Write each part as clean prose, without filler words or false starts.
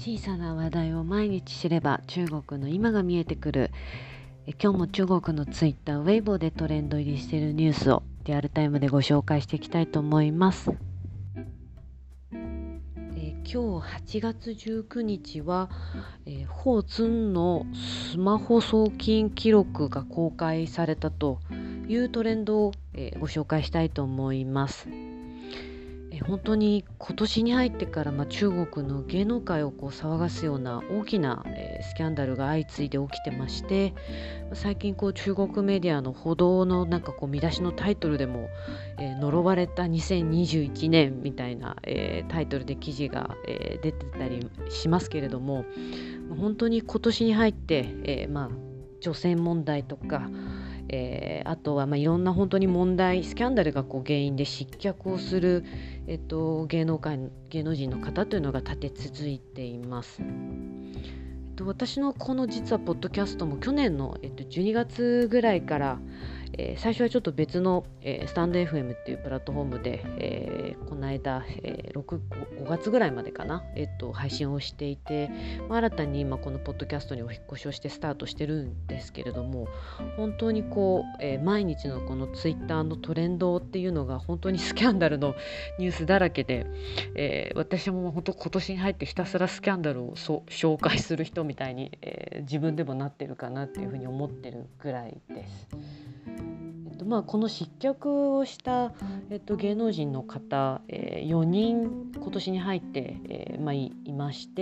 小さな話題を毎日知れば中国の今が見えてくる。今日も中国のツイッター、ウェイボーでトレンド入りしているニュースをリアルタイムでご紹介していきたいと思います。今日8月19日は、ホウ・ツンのスマホ送金記録が公開されたというトレンドを、ご紹介したいと思います。本当に今年に入ってから、中国の芸能界を騒がすような大きな、スキャンダルが相次いで起きてまして、最近中国メディアの報道の見出しのタイトルでも、呪われた2021年みたいな、タイトルで記事が、出てたりしますけれども、本当に今年に入って、女性問題とかあとはいろんな本当に問題スキャンダルが原因で失脚をする、芸能人の方というのが立て続いています。私のこの実はポッドキャストも去年の、12月ぐらいから、最初はちょっと別の、スタンド FM っていうプラットフォームで、この間、5月ぐらいまでかな、配信をしていて、新たに今このポッドキャストにお引っ越しをしてスタートしてるんですけれども、本当に毎日のこのツイッターのトレンドっていうのが本当にスキャンダルのニュースだらけで、私も本当今年に入ってひたすらスキャンダルを紹介する人みたいに、自分でもなってるかなっていうふうに思ってるぐらいです。この失脚をした、芸能人の方、4人今年に入って、いまして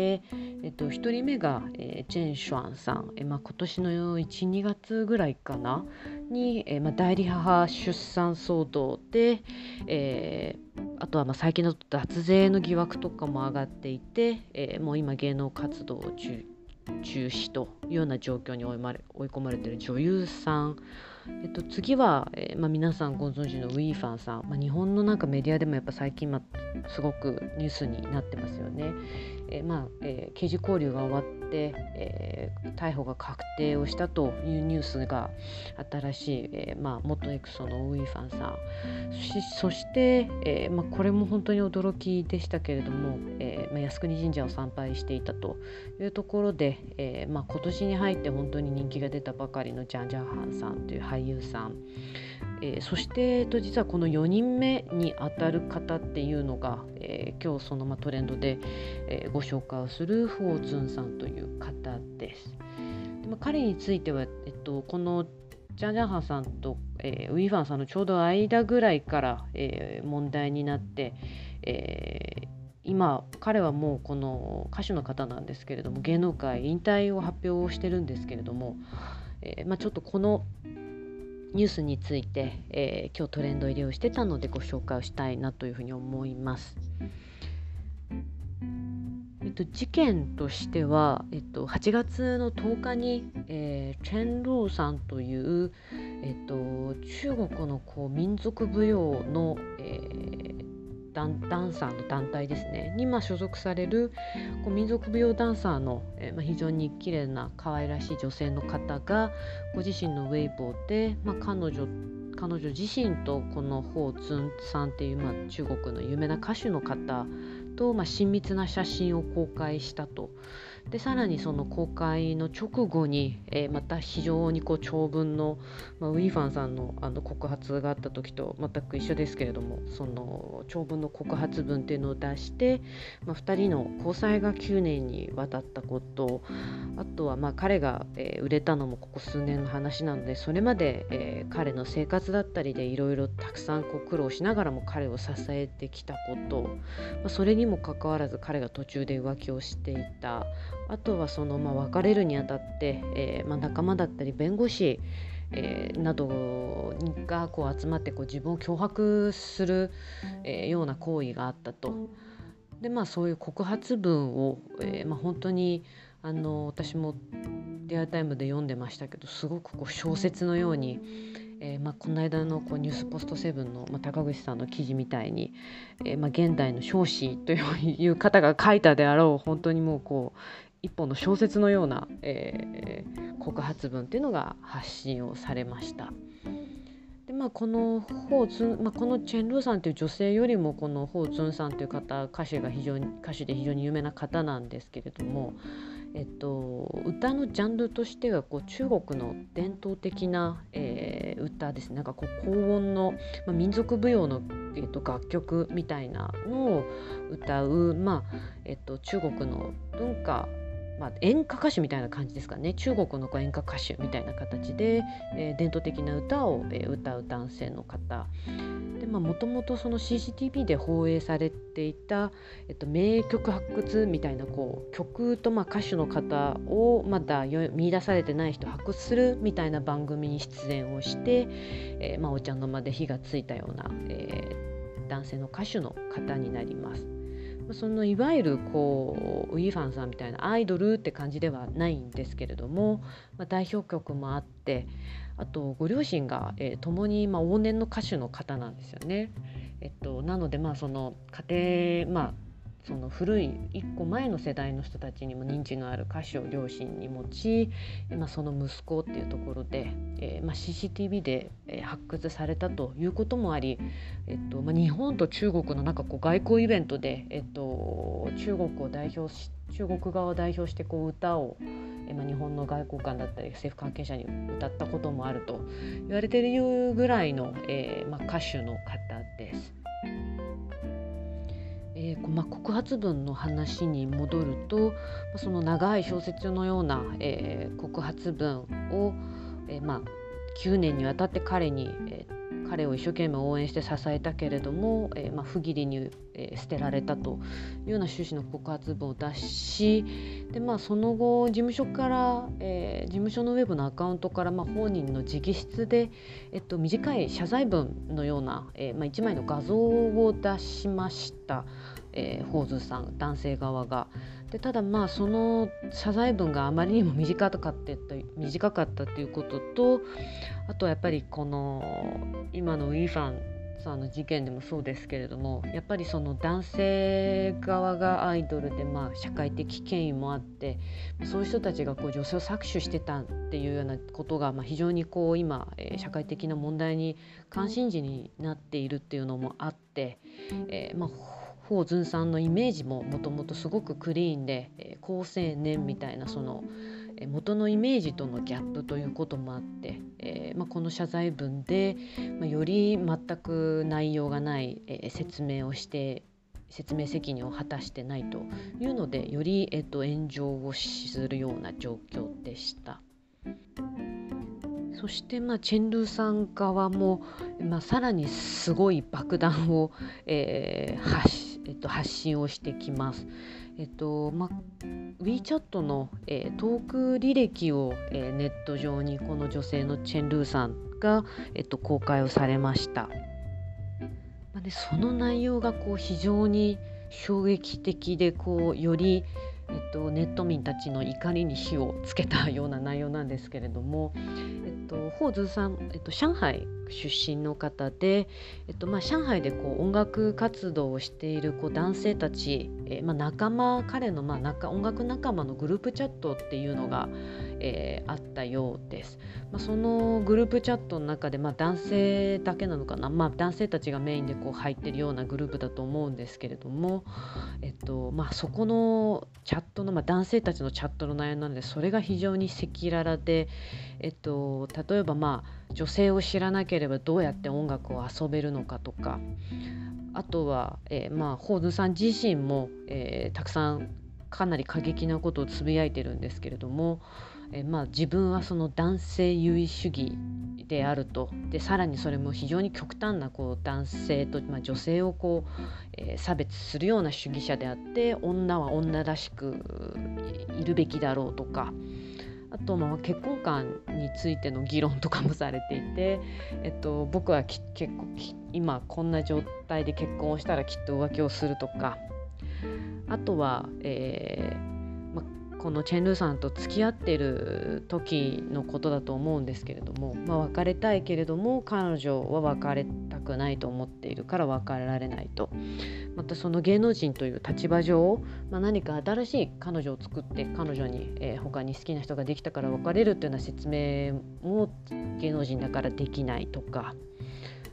、1人目が、チェン・シュアンさん、今年の 1,2 月ぐらいかなに、代理母出産騒動で、あとは最近の脱税の疑惑とかも上がっていて、もう今芸能活動を中止というような状況に追い込まれている女優さん、次は、皆さんご存知のウィーファンさん、日本のメディアでもやっぱ最近、すごくニュースになってますよね。刑事拘留が終わって、逮捕が確定をしたというニュースが新しい、元エクソのウィーファンさん、そして、これも本当に驚きでしたけれども、靖国神社を参拝していたというところで、今年に入って本当に人気が出たばかりのジャン・ジャンハンさんという俳優さん、そして、実はこの4人目にあたる方っていうのが、今日そのトレンドで、ご紹介をするホウ・ツンさんという方です。で、彼については、このジャン・ジャンハンさんと、ウィーファンさんのちょうど間ぐらいから、問題になって、今彼はもうこの歌手の方なんですけれども、芸能界引退を発表してるんですけれども、ちょっとこのニュースについて、今日トレンド入りをしてたのでご紹介をしたいなというふうに思います。事件としては、8月の10日に、チェン・ルーさんという、中国の民族舞踊の、ダンサーの団体ですねに、所属される民族舞踊ダンサーの、非常に綺麗な可愛らしい女性の方がご自身のウェイボーで、彼女自身とこのホウ・ツンさんっていう、中国の有名な歌手の方と、親密な写真を公開したと。でさらにその公開の直後に、また非常に長文の、ウィーファンさんの、告発があった時と全く一緒ですけれども、その長文の告発文っていうのを出して、2人の交際が9年にわたったこと、あとは彼が、売れたのもここ数年の話なので、それまで、彼の生活だったりでいろいろたくさん苦労しながらも彼を支えてきたこと、それにもかかわらず彼が途中で浮気をしていた、あとはその、別れるにあたって、仲間だったり弁護士、などが集まって自分を脅迫する、ような行為があったと。でそういう告発文を、本当に私もリアルタイムで読んでましたけど、すごく小説のように、この間のニュースポストセブンの、高口さんの記事みたいに、現代の彰子という方が書いたであろう、本当にもう一本の小説のような、告発文っていうのが発信をされました。でこのホウズン、このチェン・ルーさんという女性よりもこのホウ・ズンさんという歌手で非常に有名な方なんですけれども、歌のジャンルとしては中国の伝統的な、歌ですね。なんか高音の、民族舞踊の、楽曲みたいなのを歌う、中国の文化、演歌歌手みたいな感じですかね。中国の演歌歌手みたいな形で、伝統的な歌を、歌う男性の方で、もともとその CCTV で放映されていた、名曲発掘みたいな曲と歌手の方をまだ見出されてない人を発掘するみたいな番組に出演をして、お茶の間で火がついたような、男性の歌手の方になります。そのいわゆるウィファンさんみたいなアイドルって感じではないんですけれども、代表曲もあって、あとご両親が、共に往年の歌手の方なんですよね。なのでその家庭、その古い一個前の世代の人たちにも認知のある歌手を両親に持ち、その息子っていうところで、CCTV で、発掘されたということもあり、日本と中国の外交イベントで、中国側を代表して歌を、日本の外交官だったり政府関係者に歌ったこともあると言われているぐらいの、歌手の方です。告発文の話に戻ると、その長い小説のような、告発文を、9年にわたって彼を一生懸命応援して支えたけれども、不義理に、捨てられたというような趣旨の告発文を出し、で、その後事務所のウェブのアカウントから、本人の直筆で、短い謝罪文のような、1枚の画像を出しました。ホウズさん男性側がで、ただその謝罪文があまりにも短かったということと、あとやっぱりこの今のウィファンさんの事件でもそうですけれども、やっぱりその男性側がアイドルで、社会的権威もあって、そういう人たちが女性を搾取してたっていうようなことが、非常に今、社会的な問題に関心事になっているっていうのもあって、ホウ・ズンさんのイメージももともとすごくクリーンで、好青年みたいなその元のイメージとのギャップということもあって、この謝罪文で、より全く内容がない、説明責任を果たしてないというので、より、炎上をするような状況でした。そして、チェンルーさん側も、さらにすごい爆弾を、発信をしてきます。WeChat の、トーク履歴を、ネット上にこの女性のチェンルーさんが、公開をされました。でその内容が非常に衝撃的でより、ネット民たちの怒りに火をつけたような内容なんですけれども、ホウズさん、上海出身の方で、上海で音楽活動をしている男性たち、彼の音楽仲間のグループチャットっていうのが、あったようです。そのグループチャットの中で、男性だけなのかな、男性たちがメインで入ってるようなグループだと思うんですけれども、そこのチャットの、男性たちのチャットの内容なので、それが非常に赤裸々で、例えば女性を知らなければどうやって音楽を遊べるのかとか、あとは、ホウズさん自身も、たくさんかなり過激なことをつぶやいてるんですけれども、自分はその男性優位主義であると。でさらにそれも非常に極端な男性と、女性を差別するような主義者であって、女は女らしくいるべきだろうとか、あと結婚観についての議論とかもされていて、僕は結構今こんな状態で結婚をしたらきっと浮気をするとか、あとは、このチェンルーさんと付き合ってる時のことだと思うんですけれども、別れたいけれども彼女は別れたくないと思っているから別れられないと。またその芸能人という立場上、何か新しい彼女を作って彼女に、他に好きな人ができたから別れるというような説明も芸能人だからできないとか、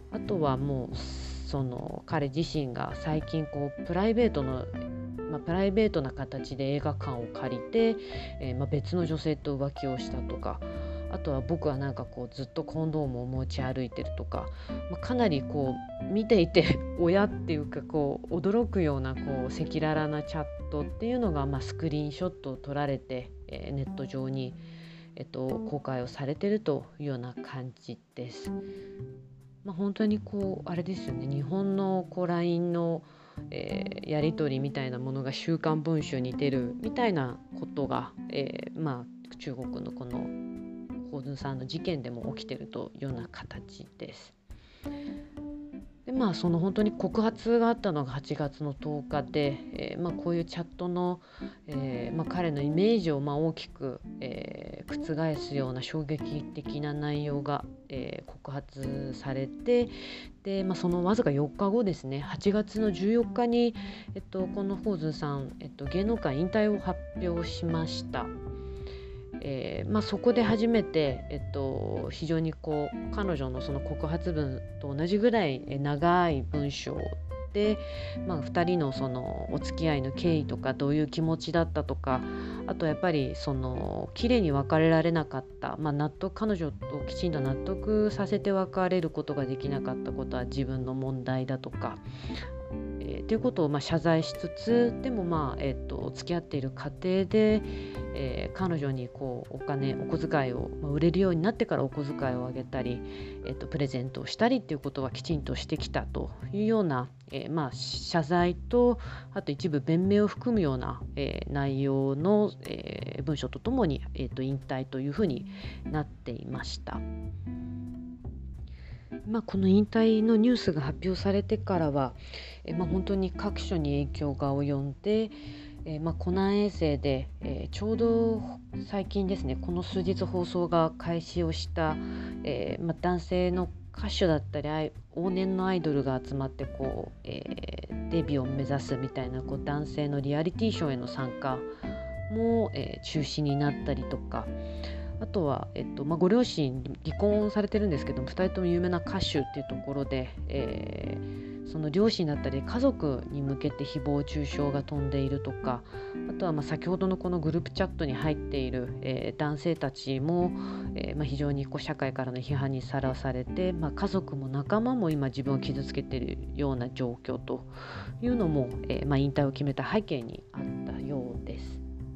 あとはもう彼自身が最近プライベートな形で映画館を借りて、別の女性と浮気をしたとか、あとは僕はずっとコンドームを持ち歩いてるとか、かなり見ていて親っていうか驚くような赤裸々なチャットっていうのが、スクリーンショットを撮られて、ネット上に、公開をされてるというような感じです。本当にあれですよね、日本のLINE の、やり取りみたいなものが週刊文春に出るみたいなことが、中国のこのホウ・ズンさんの事件でも起きてるというような形です。で本当に告発があったのが8月の10日で、こういうチャットの、彼のイメージを大きく、覆すような衝撃的な内容が、告発されて、で、そのわずか4日後ですね、8月の14日に、このホウ・ズンさん、芸能界引退を発表しました。そこで初めて、非常に彼女のその告発文と同じぐらい長い文章で、2人のそのお付き合いの経緯とかどういう気持ちだったとか、あとやっぱり綺麗に別れられなかった、彼女ときちんと納得させて別れることができなかったことは自分の問題だとか、ということを謝罪しつつ、でも付き合っている過程で、彼女にお小遣いを、売れるようになってからお小遣いをあげたり、プレゼントをしたりっていうことはきちんとしてきたというような、謝罪と、あと一部弁明を含むような、内容の、文書とともに、引退というふうになっていました。この引退のニュースが発表されてからは、本当に各所に影響が及んで、湖南衛星で、ちょうど最近ですね、この数日放送が開始をした、男性の歌手だったり往年のアイドルが集まってデビューを目指すみたいな男性のリアリティショーへの参加も、中止になったりとか、あとは、ご両親離婚されてるんですけども、2人とも有名な歌手っていうところで、その両親だったり家族に向けて誹謗中傷が飛んでいるとか、あとは先ほどのこのグループチャットに入っている、男性たちも、非常に社会からの批判にさらされて、家族も仲間も今自分を傷つけているような状況というのも、引退を決めた背景にあったようです。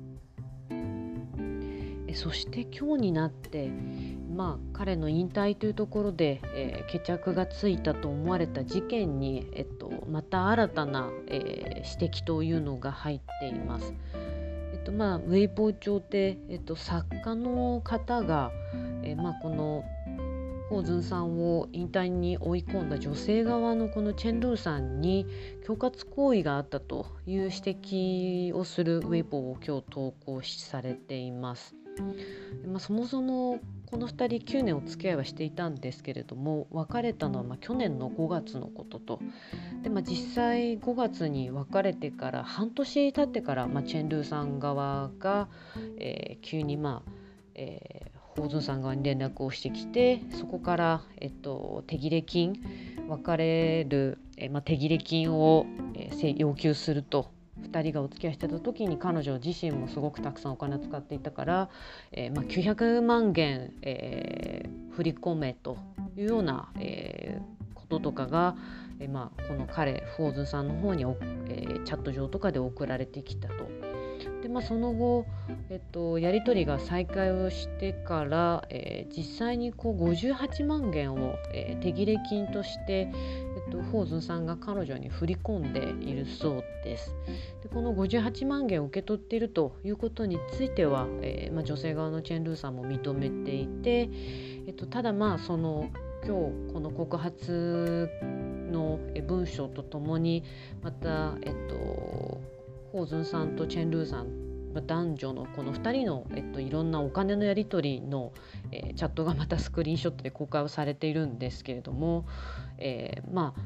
そして今日になって、彼の引退というところで、決着がついたと思われた事件に、また新たな、指摘というのが入っています。ウェイボー上で、作家の方が、このホウ・ズンさんを引退に追い込んだ女性側のこのチェン・ルーさんに恐喝行為があったという指摘をするウェイボーを今日投稿されています。そもそもこの2人9年お付き合いはしていたんですけれども、別れたのは去年の5月のことと、で、実際5月に別れてから半年経ってから、チェン・ルーさん側が、急にホウ・ズンさん側に連絡をしてきて、そこから、手切れ金、別れる、手切れ金を、要求すると。2人がお付き合いしてた時に彼女自身もすごくたくさんお金を使っていたから、900万元、振り込めというような、こととかが、このホウ・ズンさんの方に、チャット上とかで送られてきたと。で、その後、やり取りが再開をしてから、実際に58万元を、手切れ金として、ホウ・ズンさんが彼女に振り込んでいるそうです。で、この58万元を受け取っているということについては、女性側のチェン・ルーさんも認めていて、ただ今日この告発の文章とともにまた、ホウ・ズンさんとチェン・ルーさん、男女のこの2人の、いろんなお金のやり取りの、チャットがまたスクリーンショットで公開をされているんですけれども、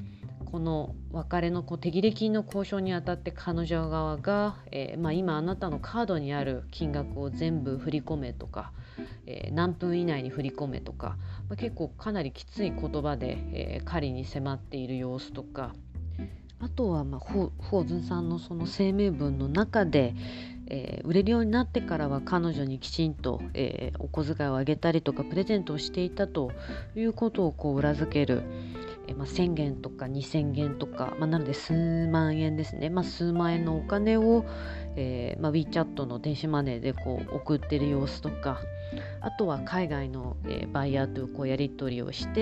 この別れの手切れ金の交渉にあたって彼女側が、今あなたのカードにある金額を全部振り込めとか、何分以内に振り込めとか、結構かなりきつい言葉で、彼に迫っている様子とか、あとは、ホーズンさんのその声明文の中で、売れるようになってからは彼女にきちんと、お小遣いをあげたりとかプレゼントをしていたということを裏付ける、1000元とか2000元とか、なので数万円ですね、数万円のお金を、WeChat の電子マネーで送っている様子とか、あとは海外の、バイヤーとやり取りをして、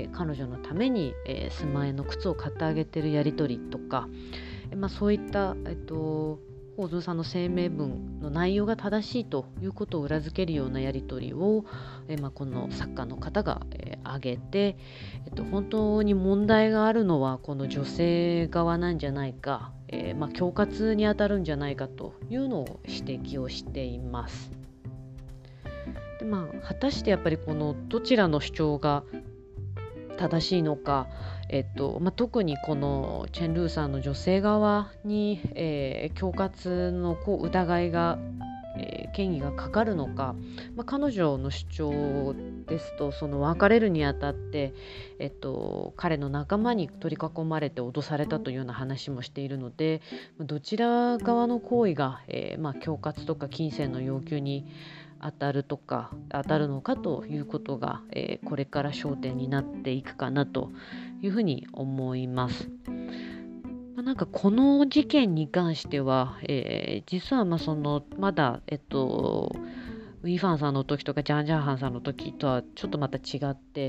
彼女のために、数万円の靴を買ってあげているやり取りとか、そういった、ホーズンさんの声明文の内容が正しいということを裏付けるようなやり取りを、この作家の方が、挙げて、本当に問題があるのはこの女性側なんじゃないか、恐喝にあたるんじゃないかというのを指摘をしています。で、果たしてやっぱりこのどちらの主張が正しいのか、特にこのチェン・ルーさんの女性側に、恐喝の疑いが、嫌疑がかかるのか、彼女の主張ですと、その別れるにあたって、彼の仲間に取り囲まれて脅されたというような話もしているので、どちら側の行為が、恐喝とか金銭の要求に当たるのかということが、これから焦点になっていくかなというふうに思います。この事件に関しては、実はまだ、ウィファンさんの時とかジャン・ジャーハンさんの時とはちょっとまた違って、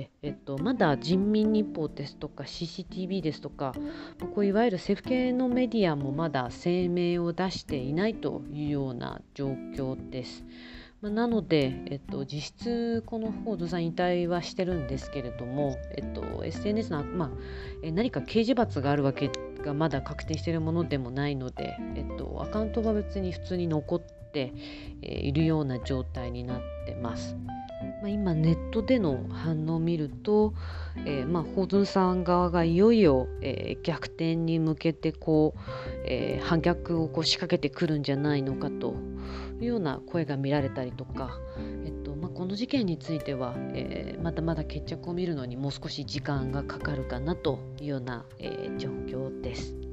まだ人民日報ですとか CCTV ですとか、いわゆる政府系のメディアもまだ声明を出していないというような状況です。なので、実質このホーズンさん引退はしてるんですけれども、SNS の、何か刑事罰があるわけがまだ確定しているものでもないので、アカウントは別に普通に残っているような状態になってます。今ネットでの反応を見ると、ホーズンさん側がいよいよ、逆転に向けて反逆を仕掛けてくるんじゃないのかというような声が見られたりとか、この事件については、まだまだ決着を見るのにもう少し時間がかかるかなというような、状況です。